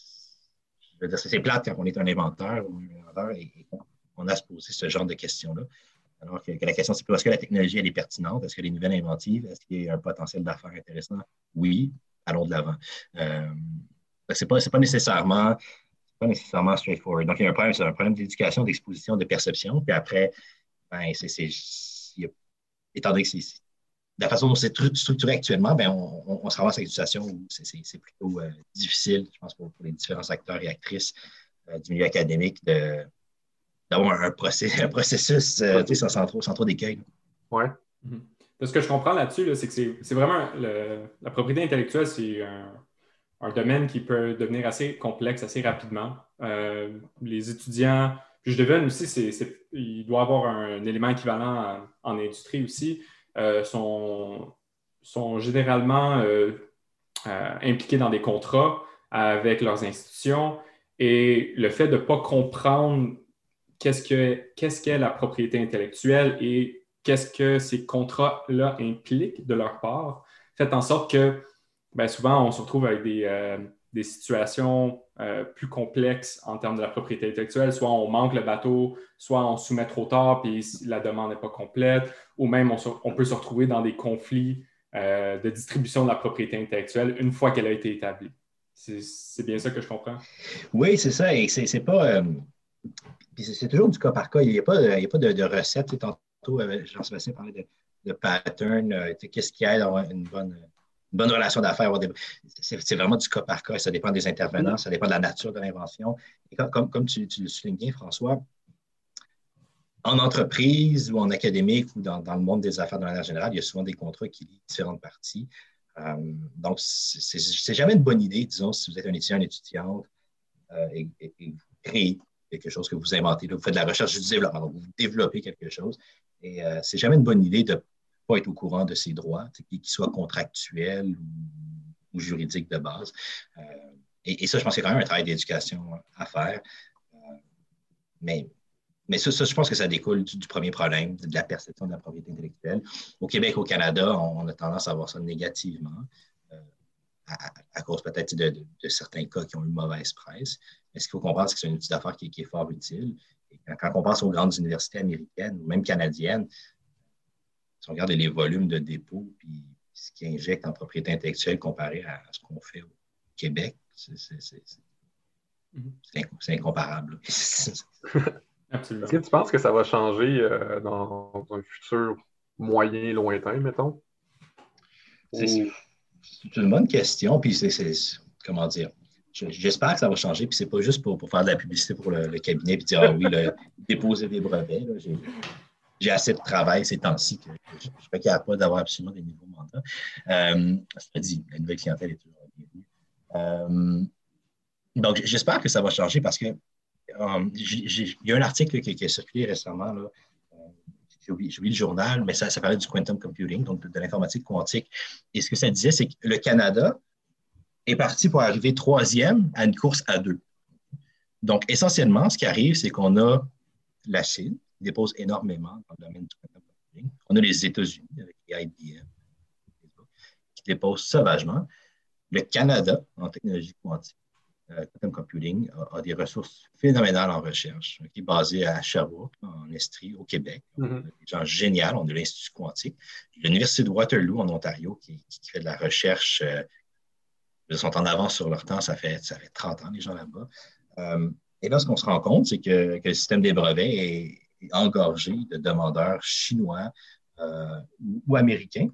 je veux dire, c'est plate quand on est un inventeur ou un inventeur et, et on, on a à se poser ce genre de questions-là. Alors que, que la question, c'est plutôt est-ce que la technologie, elle est pertinente? Est-ce que les nouvelles inventives? Est-ce qu'il y a un potentiel d'affaires intéressant? Oui, allons de l'avant. Euh, c'est pas, c'est pas nécessairement... pas nécessairement straightforward. Donc, il y a un problème, c'est un problème d'éducation, d'exposition, de perception. Puis après, ben, c'est, c'est, c'est, étant donné que c'est, c'est la façon dont c'est structuré actuellement, ben, on, on, on se ramasse avec une situation où c'est, c'est, c'est plutôt euh, difficile, je pense, pour, pour les différents acteurs et actrices euh, du milieu académique de, d'avoir un, process, un processus euh, tu sais, sans, sans, trop, sans trop d'écueils. Oui. Mm-hmm. De ce que je comprends là-dessus, là, c'est que c'est, c'est vraiment le, la propriété intellectuelle, c'est un, un domaine qui peut devenir assez complexe assez rapidement. Euh, les étudiants, puis je devine aussi, c'est, c'est, il doit y avoir un, un élément équivalent en, en industrie aussi, euh, sont, sont généralement euh, euh, impliqués dans des contrats avec leurs institutions et le fait de ne pas comprendre qu'est-ce que, qu'est-ce qu'est la propriété intellectuelle et qu'est-ce que ces contrats-là impliquent de leur part, fait en sorte que bien, souvent, on se retrouve avec des, euh, des situations euh, plus complexes en termes de la propriété intellectuelle. Soit on manque le bateau, soit on soumet trop tard puis la demande n'est pas complète, ou même on, se, on peut se retrouver dans des conflits euh, de distribution de la propriété intellectuelle une fois qu'elle a été établie. C'est, c'est bien ça que je comprends? Oui, c'est ça. Et c'est, c'est pas... Euh... Puis c'est, c'est toujours du cas par cas. Il n'y a pas, il y a pas de, de recette. Tantôt, euh, Jean-Sébastien parlait de, de pattern. Euh, qu'est-ce qui aide à avoir une bonne... une bonne relation d'affaires. C'est, c'est vraiment du cas par cas. Ça dépend des intervenants, ça dépend de la nature de l'invention. Et comme, comme, comme tu, tu le soulignes bien, François, en entreprise ou en académique ou dans, dans le monde des affaires de manière générale, il y a souvent des contrats qui lient différentes parties. Euh, donc, c'est, c'est, c'est jamais une bonne idée, disons, si vous êtes un étudiant, une étudiante, euh, et, et, et vous créez quelque chose que vous inventez. Là, vous faites de la recherche et du développement, donc vous développez quelque chose. Et euh, c'est jamais une bonne idée de pas être au courant de ses droits, qu'ils soient contractuels ou, ou juridiques de base. Euh, et, et ça, je pense qu'il y a quand même un travail d'éducation à faire. Euh, mais mais ça, ça, je pense que ça découle du, du premier problème, de la perception de la propriété intellectuelle. Au Québec, au Canada, on, on a tendance à voir ça négativement, euh, à, à cause peut-être de, de, de certains cas qui ont eu mauvaise presse. Mais ce qu'il faut comprendre, c'est que c'est un outil d'affaires qui, qui est fort utile. Et quand, quand on pense aux grandes universités américaines ou même canadiennes, si on regarde les volumes de dépôts puis ce qu'ils injectent en propriété intellectuelle comparé à ce qu'on fait au Québec, c'est, c'est, c'est, c'est, c'est incomparable. Absolument. Est-ce que tu penses que ça va changer euh, dans un futur moyen, lointain, mettons? C'est, c'est une bonne question. Puis c'est, c'est comment dire? J'espère que ça va changer. Puis c'est pas juste pour, pour faire de la publicité pour le, le cabinet et dire ah oui, là, déposer des brevets. Là, j'ai, j'ai assez de travail ces temps-ci que, que je ne suis pas capable pas d'avoir absolument des nouveaux mandats. Euh, ça dit, la nouvelle clientèle est toujours bienvenue. Euh, donc, j'espère que ça va changer parce que Um, j'ai, j'ai, il y a un article qui, qui a circulé récemment, là, euh, j'ai, oublié, j'ai oublié le journal, mais ça, ça parlait du quantum computing, donc de, de l'informatique quantique. Et ce que ça disait, c'est que le Canada est parti pour arriver troisième à une course à deux. Donc, essentiellement, ce qui arrive, c'est qu'on a la Chine, qui dépose énormément dans le domaine du quantum computing. On a les États-Unis avec les I B M, qui déposent sauvagement. Le Canada, en technologie quantique, Euh, quantum computing a, a des ressources phénoménales en recherche, qui est basée à Sherbrooke, en Estrie, au Québec. Mm-hmm. On a des gens géniaux. On a l'Institut quantique. L'Université de Waterloo, en Ontario, qui, qui fait de la recherche. Euh, ils sont en avance sur leur temps. Ça fait, ça fait trente ans, les gens là-bas. Euh, et là, ce qu'on se rend compte, c'est que, que le système des brevets est, est engorgé de demandeurs chinois euh, ou, ou américains.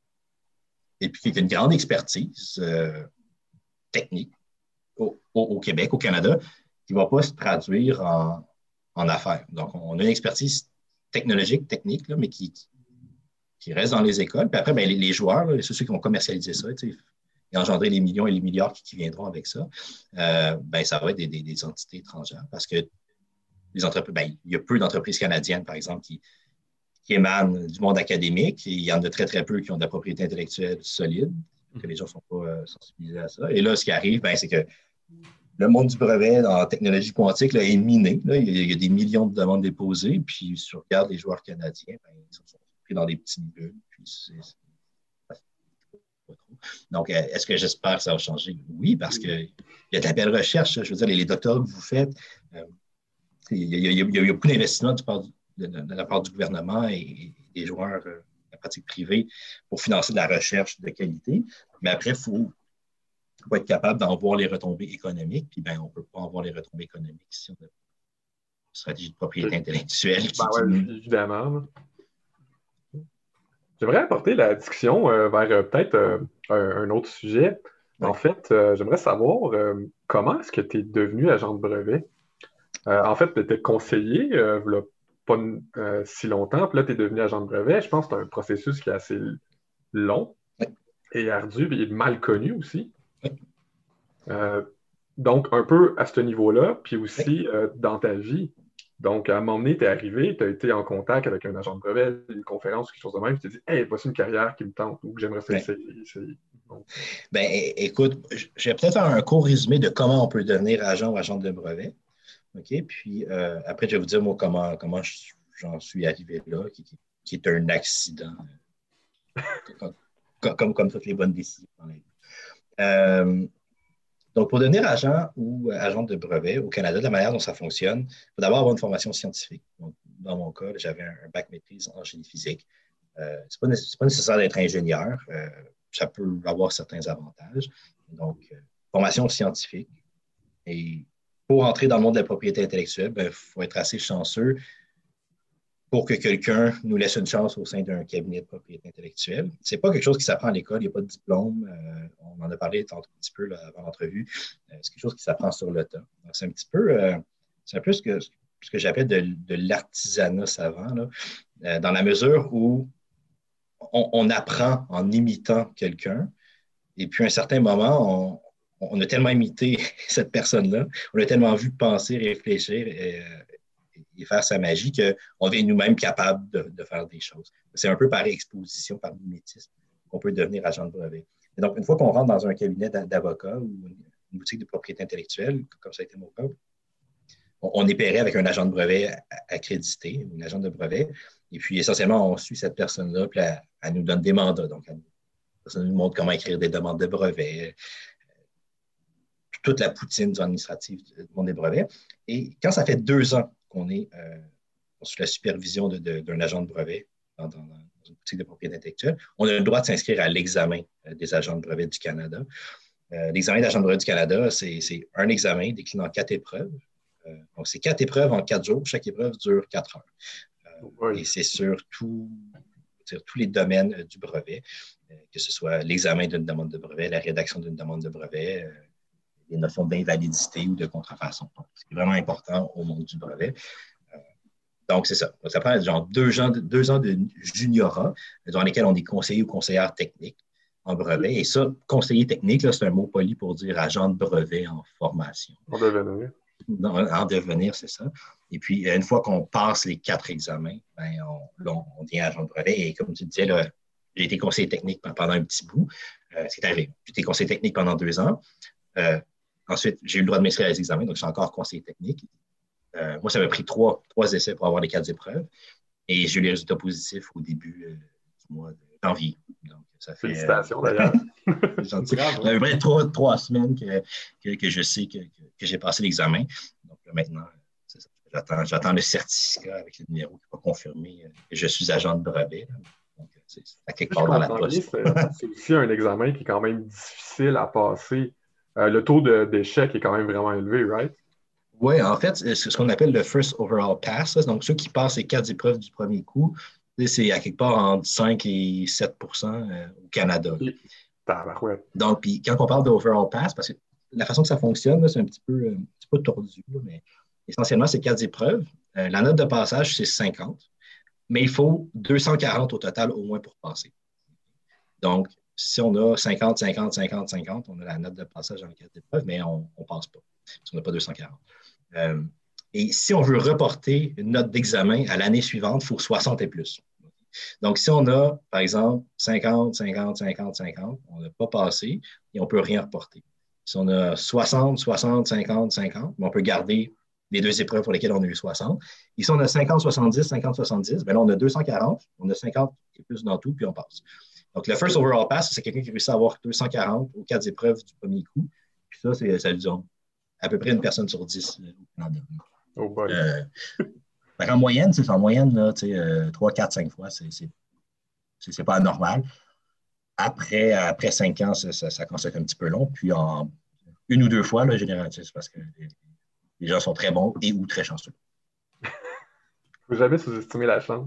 Et puis, il y a une grande expertise euh, technique. Au, au Québec, au Canada, qui ne va pas se traduire en, en affaires. Donc, on a une expertise technologique, technique, là, mais qui, qui reste dans les écoles. Puis après, ben, les, les joueurs, là, ceux qui vont commercialiser ça, et engendrer les millions et les milliards qui, qui viendront avec ça, euh, ben, ça va être des, des, des entités étrangères parce que les entreprises, ben, il y a peu d'entreprises canadiennes, par exemple, qui, qui émanent du monde académique. Et il y en a très, très peu qui ont de la propriété intellectuelle solide, que les gens ne sont pas euh, sensibilisés à ça. Et là, ce qui arrive, ben, c'est que le monde du brevet en technologie quantique là, est miné. Là. Il, y a, il y a des millions de demandes déposées. Puis, si on regarde les joueurs canadiens, ben, ils sont pris dans des petites bulles. Puis c'est, c'est pas trop. Donc, est-ce que j'espère que ça va changer? Oui, parce qu'il y a de la belle recherche. Je veux dire, les, les doctorats que vous faites, euh, il, y a, il, y a, il y a beaucoup d'investissements du part, de, de, de la part du gouvernement et, et des joueurs euh, de la pratique privée pour financer de la recherche de qualité. Mais après, il faut Il faut être capable d'en voir les retombées économiques. Puis, ben, on ne peut pas en voir les retombées économiques si on a une stratégie de propriété intellectuelle. Qui, ben ouais, qui... évidemment. J'aimerais apporter la discussion euh, vers euh, peut-être euh, un, un autre sujet. Ouais. En fait, euh, j'aimerais savoir euh, comment est-ce que tu es devenu agent de brevet? Euh, en fait, tu étais conseiller euh, il n'y a pas euh, si longtemps, puis là, tu es devenu agent de brevet. Je pense que c'est un processus qui est assez long ouais. et ardu, et mal connu aussi. Euh, donc, un peu à ce niveau-là, puis aussi euh, dans ta vie. Donc, à un moment donné, tu es arrivé, tu as été en contact avec un agent de brevet, une conférence, quelque chose de même, tu t'es dit, hey, voici une carrière qui me tente ou que j'aimerais ça essayer. essayer. Donc... Ben, écoute, je vais peut-être faire un court résumé de comment on peut devenir agent ou agent de brevet. OK? Puis euh, après, je vais vous dire, moi, comment, comment j'en suis arrivé là, qui, qui, qui est un accident, comme, comme, comme toutes les bonnes décisions dans la vie. Euh, Donc, pour devenir agent ou agent de brevet au Canada, de la manière dont ça fonctionne, il faut d'abord avoir une formation scientifique. Donc, dans mon cas, j'avais un bac maîtrise en génie physique. Euh, ce n'est pas, pas nécessaire d'être ingénieur. Euh, ça peut avoir certains avantages. Donc, euh, formation scientifique. Et pour entrer dans le monde de la propriété intellectuelle, il faut être assez chanceux pour que quelqu'un nous laisse une chance au sein d'un cabinet de propriété intellectuelle. Ce n'est pas quelque chose qui s'apprend à l'école, il n'y a pas de diplôme. Euh, on en a parlé un petit peu là, avant l'entrevue. Euh, c'est quelque chose qui s'apprend sur le temps. Donc, c'est un petit peu, euh, c'est un peu ce que, ce que j'appelle de, de l'artisanat savant, là, euh, dans la mesure où on, on apprend en imitant quelqu'un, et puis à un certain moment, on, on a tellement imité cette personne-là, on a tellement vu penser, réfléchir, et, et faire sa magie qu'on devient nous-mêmes capables de, de faire des choses. C'est un peu par exposition, par mimétisme, qu'on peut devenir agent de brevet. Et donc, une fois qu'on rentre dans un cabinet d'avocat ou une boutique de propriété intellectuelle, comme ça a été mon cas, on, on est pairé avec un agent de brevet accrédité, un agent de brevet. Et puis, essentiellement, on suit cette personne-là, puis elle, elle nous donne des mandats. Donc, elle, elle nous montre comment écrire des demandes de brevet, toute la poutine du administratif du monde des brevets. Et quand ça fait deux ans qu'on est euh, sous la supervision de, de, d'un agent de brevet dans, dans, dans une boutique de propriété intellectuelle, on a le droit de s'inscrire à l'examen euh, des agents de brevet du Canada. Euh, l'examen d'agent de brevet du Canada, c'est, c'est un examen décliné en quatre épreuves. Euh, donc, c'est quatre épreuves en quatre jours. Chaque épreuve dure quatre heures. Euh, oui. Et c'est sur tout, sur tous les domaines euh, du brevet, euh, que ce soit l'examen d'une demande de brevet, la rédaction d'une demande de brevet, euh, les notions d'invalidité ou de contrefaçon. Donc, c'est vraiment important au monde du brevet. Euh, donc, c'est ça. Donc, ça prend genre deux ans, de, deux ans de juniorat dans lesquels on est conseiller ou conseillère technique en brevet. Et ça, conseiller technique, là, c'est un mot poli pour dire agent de brevet en formation. En devenir. Non, en devenir, c'est ça. Et puis, une fois qu'on passe les quatre examens, ben, on, là, on devient agent de brevet. Et comme tu disais, là, j'ai été conseiller technique pendant un petit bout. Euh, c'est arrivé. J'ai été conseiller technique pendant deux ans. Euh, Ensuite, j'ai eu le droit de m'inscrire à les examens, donc je suis encore conseiller technique. Euh, moi, ça m'a pris trois, trois essais pour avoir les quatre épreuves. Et j'ai eu les résultats positifs au début euh, du mois de janvier. Donc, ça fait, félicitations, euh, d'ailleurs. C'est gentil. Ça fait près trois, trois semaines que, que, que je sais que, que, que j'ai passé l'examen. Donc là, maintenant, c'est ça. J'attends, j'attends le certificat avec le numéro qui va confirmer que je suis agent de brevet. Là. Donc, c'est à quelque part dans la poste. C'est, c'est aussi un examen qui est quand même difficile à passer. Euh, le taux de, d'échec est quand même vraiment élevé, right? Oui, en fait, c'est ce qu'on appelle le first overall pass. Donc, ceux qui passent les quatre épreuves du premier coup, c'est à quelque part entre cinq et sept pour cent au Canada. Ouais. Donc, puis quand on parle d'overall pass, parce que la façon que ça fonctionne, là, c'est un petit peu, un petit peu tordu, là, mais essentiellement, c'est quatre épreuves. Euh, la note de passage, c'est cinquante, mais il faut deux cent quarante au total au moins pour passer. Donc, si on a cinquante, cinquante, cinquante, cinquante, on a la note de passage dans les quatre épreuves, mais on ne passe pas, parce qu'on n'a pas deux cent quarante. Euh, et si on veut reporter une note d'examen à l'année suivante, il faut soixante et plus. Donc, si on a, par exemple, cinquante, cinquante, cinquante, cinquante, on n'a pas passé et on ne peut rien reporter. Si on a soixante, soixante, cinquante, cinquante, on peut garder les deux épreuves pour lesquelles on a eu soixante. Et si on a cinquante, soixante-dix, cinquante, soixante-dix, bien là, on a deux cent quarante, on a cinquante et plus dans tout, puis on passe. Donc, le first overall pass, c'est quelqu'un qui réussit à avoir deux cent quarante aux quatre épreuves du premier coup. Puis ça, c'est, ça lui donne à peu près une personne sur dix euh, au Canada. Oh boy. Euh, en moyenne, c'est en moyenne, là, euh, trois, quatre, cinq fois, c'est, c'est, c'est, c'est pas anormal. Après, après cinq ans, ça, ça, ça commence à être un petit peu long. Puis en une ou deux fois, là, généralement, c'est parce que les, les gens sont très bons et ou très chanceux. Il ne faut jamais sous-estimer la chance.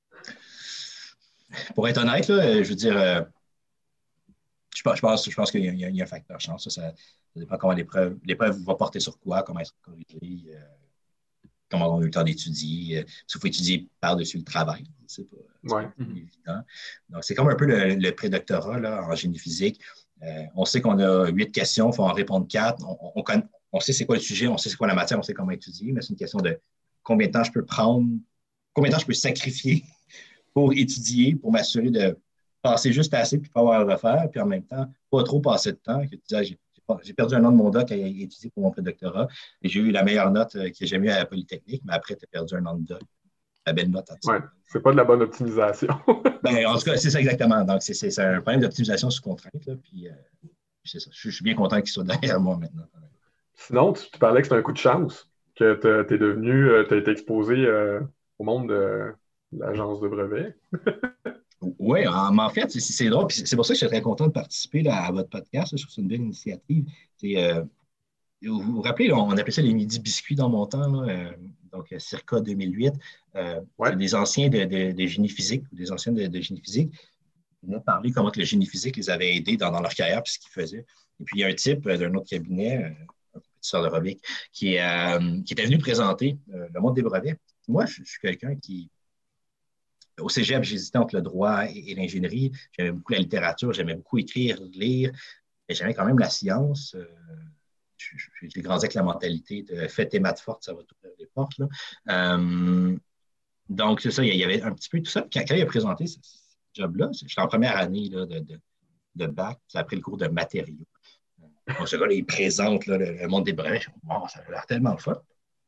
Pour être honnête, là, je veux dire, euh, je, pense, je, pense, je pense qu'il y a, il y a un facteur chance. Ça, ça, ça dépend comment l'épreuve, l'épreuve va porter sur quoi, comment elle sera corrigée, euh, comment on a eu le temps d'étudier. Euh, il faut étudier par-dessus le travail. C'est pas, c'est ouais. pas évident. Donc, c'est comme un peu le, le prédoctorat là, en génie physique. Euh, on sait qu'on a huit questions, il faut en répondre quatre. On, on, on, on sait c'est quoi le sujet, on sait c'est quoi la matière, on sait comment étudier, mais c'est une question de combien de temps je peux prendre, combien de temps je peux sacrifier pour étudier, pour m'assurer de passer juste assez puis pas avoir à le refaire, puis en même temps, pas trop passer de temps. Que tu disais, j'ai, j'ai perdu un an de mon doc à étudier pour mon prédoctorat et j'ai eu la meilleure note que j'ai jamais eue à la Polytechnique, mais après, tu as perdu un an de doc. La belle note à ça. Ouais, c'est pas de la bonne optimisation. Ben, en tout cas, c'est ça exactement. Donc, c'est, c'est, c'est un problème d'optimisation sous contrainte. Là, puis, euh, c'est ça. Je, je suis bien content qu'il soit derrière moi maintenant. Sinon, tu, tu parlais que c'est un coup de chance, que tu es devenu, tu as été exposé euh, au monde de l'agence de brevet. Oui, en, en fait, c'est, c'est drôle. Puis c'est pour ça que je suis très content de participer là, à votre podcast. Là. Je trouve que c'est une belle initiative. C'est, euh, vous vous rappelez, là, on appelait ça les midi biscuits dans mon temps, là, euh, donc circa deux mille huit. Euh, ouais. C'est des anciens de, de, de génie physique ou des anciens de, de génie physique qui venaient parler comment que le génie physique les avait aidés dans, dans leur carrière et ce qu'ils faisaient. Et puis, il y a un type euh, d'un autre cabinet, euh, un professeur de Robic, qui, euh, qui était venu présenter euh, le monde des brevets. Moi, je, je suis quelqu'un qui, au cégep, j'hésitais entre le droit et, et l'ingénierie. J'aimais beaucoup la littérature, j'aimais beaucoup écrire, lire, mais j'aimais quand même la science. Euh, J'ai grandi avec la mentalité de fais tes maths fortes, ça va t'ouvrir les portes. Là. Euh, donc, c'est ça, il y avait un petit peu tout ça. Quand, quand il a présenté ce, ce job-là, j'étais en première année là, de, de, de bac, ça a pris le cours de matériaux. Donc, ce gars-là, il présente là, le, le monde des brevets. Wow, ça a l'air tellement le fun.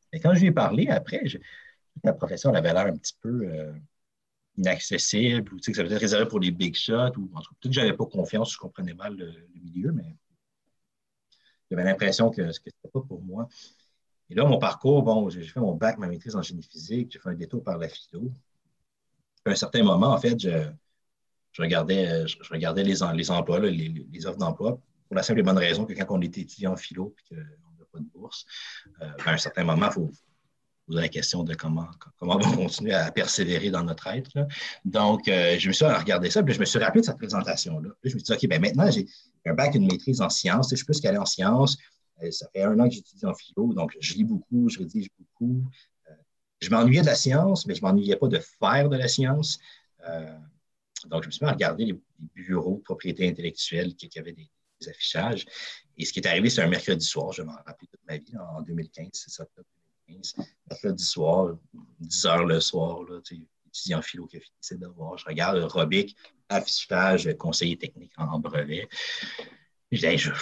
Mais quand je lui ai parlé après, je, la professeure avait l'air un petit peu euh, inaccessible, ou tu sais, que ça peut être réservé pour les big shots, ou en tout cas, peut-être que je n'avais pas confiance, je comprenais mal le, le milieu, mais j'avais l'impression que ce n'était pas pour moi. Et là, mon parcours, bon, j'ai fait mon bac, ma maîtrise en génie physique, j'ai fait un détour par la philo. À un certain moment, en fait, je, je regardais, je, je regardais les, les emplois, là, les, les offres d'emploi, pour la simple et bonne raison que quand on était étudiant en philo et qu'on n'a pas de bourse, euh, à un certain moment, il faut poser la question de comment, comment on va continuer à persévérer dans notre être. Là. Donc, euh, je me suis regardé ça, puis je me suis rappelé de cette présentation-là. Puis je me suis dit, OK, ben maintenant, j'ai un bac, une maîtrise en sciences, je suis plus qu'aller en sciences. Euh, ça fait un an que j'étudie en philo, donc je lis beaucoup, je rédige beaucoup. Euh, je m'ennuyais de la science, mais je ne m'ennuyais pas de faire de la science. Euh, donc, je me suis mis à regarder les, les bureaux de propriété intellectuelle qui, qui avaient des, des affichages. Et ce qui est arrivé, c'est un mercredi soir, je m'en rappelle toute ma vie, en deux mille quinze, c'est ça, deux mille quinze. Mercredi soir, dix heures le soir, là, tu sais, étudiant en philo qui a fini ses devoirs. Je regarde Robic, affichage, conseiller technique en, en brevet. Je dis, hey, je...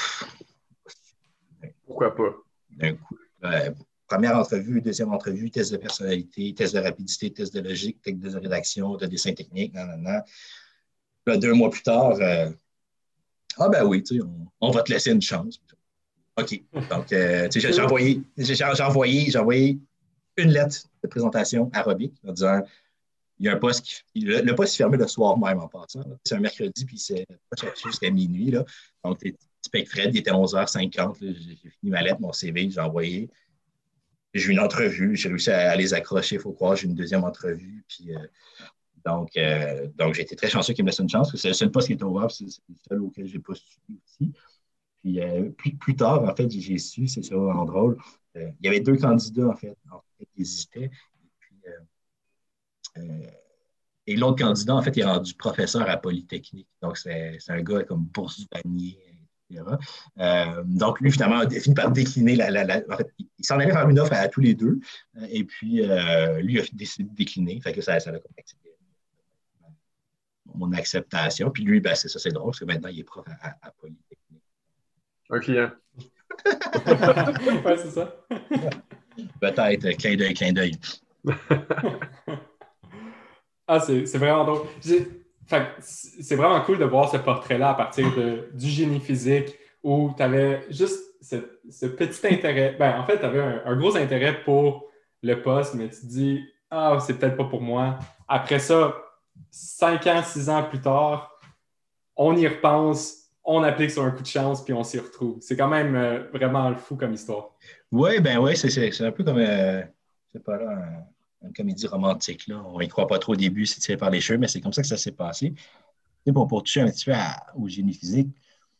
Pourquoi pas? D'un coup. Euh, première entrevue, deuxième entrevue, test de personnalité, test de rapidité, test de logique, test de rédaction, de dessin technique, nan, nan, nan. Là, deux mois plus tard, euh, ah ben oui, tu sais, on, on va te laisser une chance. OK. Donc, euh, tu sais, j'ai envoyé, j'ai, j'ai envoyé, j'ai envoyé une lettre de présentation à Robic en disant il y a un poste qui. Le, le poste est fermé le soir même en passant. Là. C'est un mercredi, puis c'est pas cherché jusqu'à minuit. Là. Donc, tu payes Fred, il était onze heures cinquante. Là, j'ai, j'ai fini ma lettre, mon C V, j'ai envoyé. J'ai eu une entrevue, j'ai réussi à, à les accrocher, il faut croire. J'ai eu une deuxième entrevue. Puis, euh, donc, euh, donc, j'ai été très chanceux qu'il me laisse une chance, parce que c'est le seul poste qui était ouvert, c'est, c'est le seul auquel j'ai postulé aussi. Puis, euh, plus, plus tard, en fait, j'ai, j'ai su, c'est ça, en drôle. Euh, il y avait deux candidats, en fait, en fait qui hésitaient. Et puis, euh, euh, et l'autre candidat, en fait, il est rendu professeur à Polytechnique. Donc, c'est, c'est un gars comme bourse du panier, et cetera. Euh, donc, lui, finalement, a fini par décliner la. la, la en fait, il s'en allait faire une offre à, à tous les deux. Et puis, euh, lui a décidé de décliner. Fait que ça, ça l'a comme accepté mon acceptation. Puis lui, ben, c'est ça, c'est drôle, parce que maintenant, il est prof à, à, à Polytechnique. Un client. Ouais, c'est ça. Peut-être, clin d'œil, clin d'œil. Ah, c'est, c'est vraiment drôle. J'ai... Fait, c'est vraiment cool de voir ce portrait-là à partir de, du génie physique où tu avais juste ce, ce petit intérêt. Ben, en fait, tu avais un, un gros intérêt pour le poste, mais tu te dis, ah, c'est peut-être pas pour moi. Après ça, cinq ans, six ans plus tard, on y repense, on applique sur un coup de chance, puis on s'y retrouve. C'est quand même euh, vraiment fou comme histoire. Oui, ben oui, c'est, c'est, c'est un peu comme, euh, c'est pas là, un, une comédie romantique. Là. On y croit pas trop au début, c'est tiré par les cheveux, mais c'est comme ça que ça s'est passé. Et pour, pour toucher un petit peu à, au génie physique,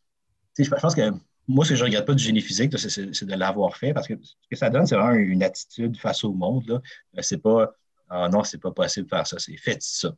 je pense que moi, ce que je ne regrette pas du génie physique, là, c'est, c'est, c'est de l'avoir fait, parce que ce que ça donne, c'est vraiment une attitude face au monde. Là. C'est pas, ah non, c'est pas possible de faire ça, c'est faites ça.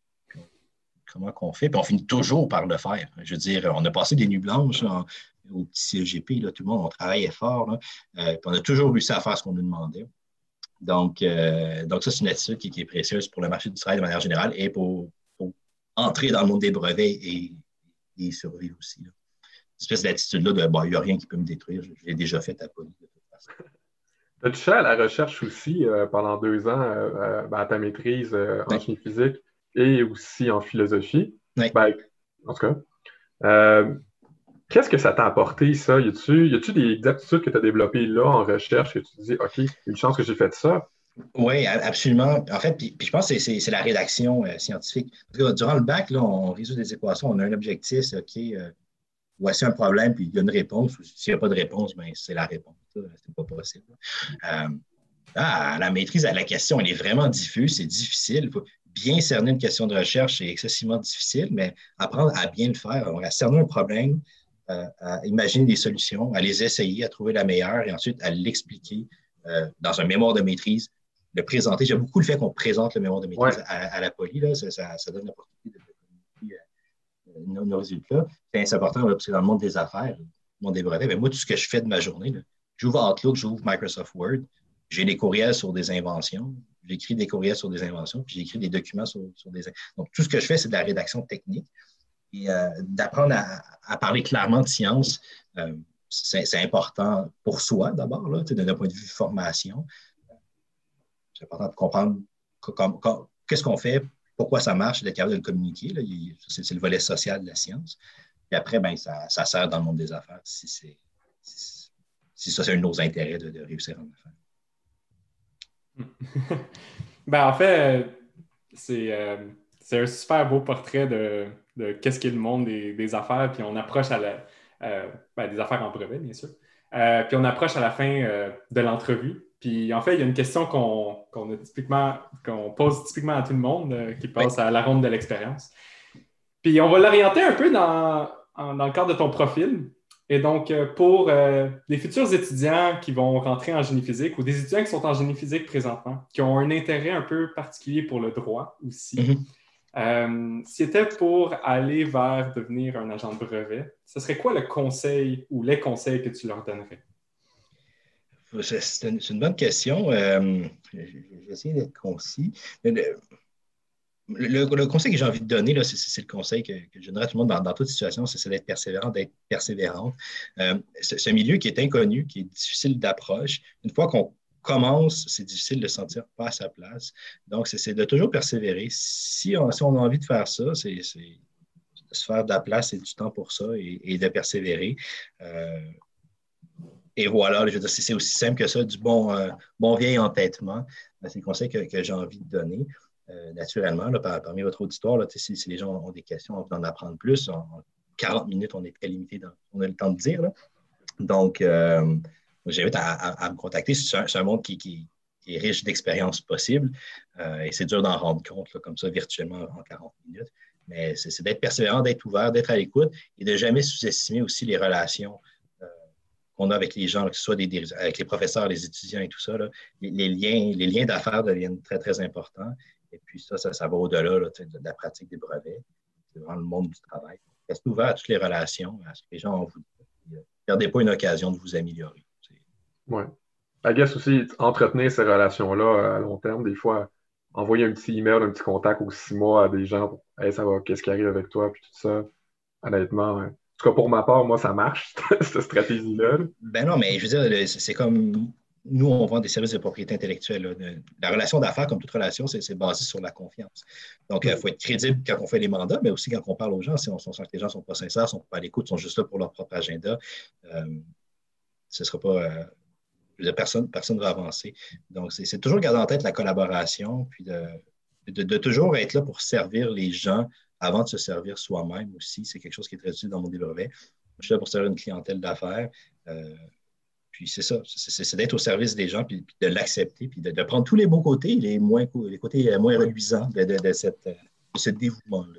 Comment qu'on fait? Puis on finit toujours par le faire. Je veux dire, on a passé des nuits blanches en, au petit C E G P, là, tout le monde, on travaillait fort. Là, euh, puis on a toujours réussi à faire ce qu'on nous demandait. Donc, euh, donc ça, c'est une attitude qui, qui est précieuse pour le marché du travail de manière générale et pour, pour entrer dans le monde des brevets et, et survivre aussi. Là. Une espèce d'attitude-là de bon, il n'y a rien qui peut me détruire, je, je l'ai déjà fait à Poly de toute façon. Tu as touché à la recherche aussi euh, pendant deux ans euh, ben, à ta maîtrise euh, en génie physique et aussi en philosophie. Oui. Ben, en tout cas, euh, qu'est-ce que ça t'a apporté, ça? Y a-tu, y a-tu des aptitudes que tu as développées là en recherche que tu te dis, OK, il y a une chance que j'ai fait ça? Oui, absolument. En fait, puis, puis je pense que c'est, c'est, c'est la rédaction euh, scientifique. Parce que durant le bac, là, on résout des équations, on a un objectif, c'est OK, euh, voici un problème, puis il y a une réponse. S'il n'y a pas de réponse, bien, c'est la réponse. Ça, c'est pas possible. Euh, ah, la maîtrise à la question, elle est vraiment diffuse, c'est difficile. Il faut bien cerner une question de recherche, c'est excessivement difficile, mais apprendre à bien le faire, à cerner un problème, euh, à imaginer des solutions, à les essayer, à trouver la meilleure et ensuite à l'expliquer euh, dans un mémoire de maîtrise, le présenter. J'aime beaucoup le fait qu'on présente le mémoire de maîtrise ouais. à, à la poly, là, ça, ça, ça donne l'opportunité de communiquer euh, nos, nos résultats. C'est important là, parce que dans le monde des affaires, le monde des brevets, bien, moi, tout ce que je fais de ma journée, là, j'ouvre Outlook, j'ouvre Microsoft Word, j'ai des courriels sur des inventions, j'écris des courriels sur des inventions, puis j'écris des documents sur, sur des... Donc, tout ce que je fais, c'est de la rédaction technique. Et euh, d'apprendre à, à parler clairement de science, euh, c'est, c'est important pour soi, d'abord, là, d'un point de vue formation. c'est important de comprendre comme, comme, qu'est-ce qu'on fait, pourquoi ça marche, d'être capable de le communiquer. Là. Il, c'est, c'est le volet social de la science. Puis après, ben, ça, ça sert dans le monde des affaires si, c'est, si, si ça, c'est un de nos intérêts de, de réussir en affaires. ben, en fait, c'est, euh, c'est un super beau portrait de, de qu'est-ce qu'est le monde des, des affaires. Puis on approche à la, euh, ben, des affaires en brevet, bien sûr. Euh, puis on approche à la fin euh, de l'entrevue. Puis en fait, il y a une question qu'on, qu'on, a typiquement, qu'on pose typiquement à tout le monde euh, qui passe oui. à la ronde de l'expérience. Puis on va l'orienter un peu dans, en, dans le cadre de ton profil. Et donc, euh, pour euh, les futurs étudiants qui vont rentrer en génie physique ou des étudiants qui sont en génie physique présentement, qui ont un intérêt un peu particulier pour le droit aussi, mm-hmm. euh, si c'était pour aller vers devenir un agent de brevet, ce serait quoi le conseil ou les conseils que tu leur donnerais? C'est une, c'est une bonne question. Euh, je vais essayer d'être concis. Le, le, le conseil que j'ai envie de donner, là, c'est, c'est le conseil que, que je donnerais à tout le monde dans, dans toute situation, c'est, c'est d'être persévérant, d'être persévérante. Euh, c'est, c'est un milieu qui est inconnu, qui est difficile d'approche. Une fois qu'on commence, c'est difficile de se sentir pas à sa place. Donc, c'est, c'est de toujours persévérer. Si on, si on a envie de faire ça, c'est, c'est de se faire de la place et du temps pour ça et, et de persévérer. Euh, Et voilà, je veux dire, c'est aussi simple que ça, du bon, euh, bon vieil entêtement. C'est le conseil que, que j'ai envie de donner. Euh, naturellement, là, par, parmi votre auditoire, là, si, si les gens ont des questions, on veut en apprendre plus. En quarante minutes, on est très limité, dans, on a le temps de dire. Là. Donc, euh, j'invite à, à, à me contacter. C'est un, c'est un monde qui, qui, qui est riche d'expériences possibles euh, et c'est dur d'en rendre compte là, comme ça, virtuellement en quarante minutes. Mais c'est, c'est d'être persévérant, d'être ouvert, d'être à l'écoute et de ne jamais sous-estimer aussi les relations qu'on a avec les gens, que ce soit des, des, avec les professeurs, les étudiants et tout ça, là, les, les, liens, les liens d'affaires deviennent très, très importants. Et puis ça, ça, ça va au-delà là, de la pratique des brevets. C'est vraiment le monde du travail. Restez ouvert à toutes les relations, à ce que les gens ont vous dit. Ne perdez pas une occasion de vous améliorer. Oui. I guess aussi, entretenir ces relations-là à long terme, des fois, envoyer un petit email, un petit contact aux six mois à des gens, hey, ça va, qu'est-ce qui arrive avec toi, puis tout ça. Honnêtement, hein. En tout cas, pour ma part, moi, ça marche, cette stratégie-là. Ben non, mais je veux dire, c'est comme nous, on vend des services de propriété intellectuelle. Là. La relation d'affaires, comme toute relation, c'est, c'est basé sur la confiance. Donc, il mm. faut être crédible quand on fait les mandats, mais aussi quand on parle aux gens. Si on, on sent que les gens ne sont pas sincères, ne sont pas à l'écoute, sont juste là pour leur propre agenda, euh, ce ne sera pas. Euh, je veux dire, personne personne ne va avancer. Donc, c'est, c'est toujours garder en tête la collaboration, puis de, de, de toujours être là pour servir les gens avant de se servir soi-même aussi. C'est quelque chose qui est très utile dans mon brevet. Je suis là pour servir une clientèle d'affaires. Euh, puis c'est ça, c'est, c'est, c'est d'être au service des gens, puis, puis de l'accepter, puis de, de prendre tous les beaux côtés, les, moins, les côtés moins reluisants de, de, de, cette, de ce dévouement-là.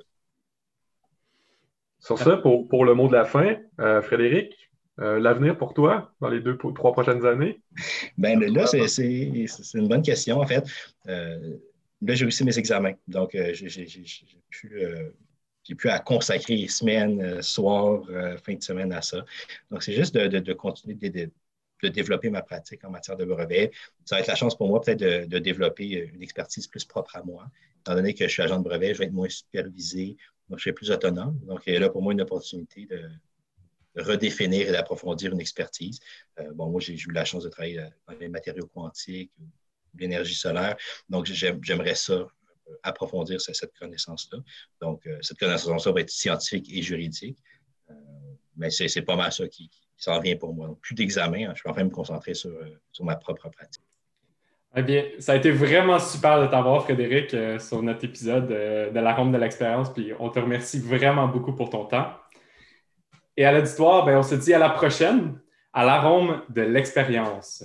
Sur ça, pour, pour le mot de la fin, euh, Frédéric, euh, l'avenir pour toi dans les deux, trois prochaines années? Bien là, c'est, c'est, c'est une bonne question, en fait. Euh, Là, j'ai réussi mes examens. Donc, euh, j'ai, j'ai, j'ai, j'ai, pu, euh, j'ai pu à consacrer semaines, euh, soirs, euh, fin de semaine à ça. Donc, c'est juste de, de, de continuer de, de, de développer ma pratique en matière de brevet. Ça va être la chance pour moi peut-être de, de développer une expertise plus propre à moi. Étant donné que je suis agent de brevet, je vais être moins supervisé, donc je serai plus autonome. Donc, il y a là pour moi une opportunité de, de redéfinir et d'approfondir une expertise. Euh, bon, moi, j'ai, j'ai eu la chance de travailler dans les matériaux quantiques, l'énergie solaire. Donc, j'aime, j'aimerais ça, euh, approfondir cette, cette connaissance-là. Donc, euh, cette connaissance-là va être scientifique et juridique. Euh, mais c'est, c'est pas mal ça qui, qui s'en vient pour moi. Donc, plus d'examen, hein, je suis en train de me concentrer sur, euh, sur ma propre pratique. Eh bien, ça a été vraiment super de t'avoir, Frédéric, euh, sur notre épisode euh, de la ronde de l'expérience. Puis, on te remercie vraiment beaucoup pour ton temps. Et à l'auditoire, ben, on se dit à la prochaine, à la ronde de l'expérience.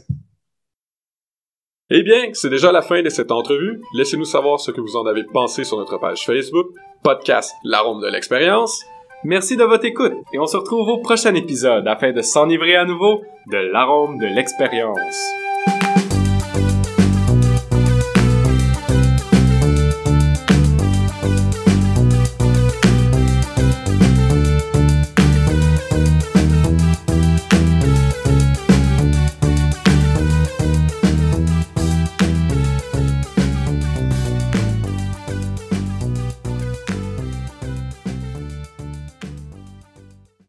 Eh bien, c'est déjà la fin de cette entrevue. Laissez-nous savoir ce que vous en avez pensé sur notre page Facebook, podcast L'arôme de l'expérience. Merci de votre écoute et on se retrouve au prochain épisode afin de s'enivrer à nouveau de l'arôme de l'expérience.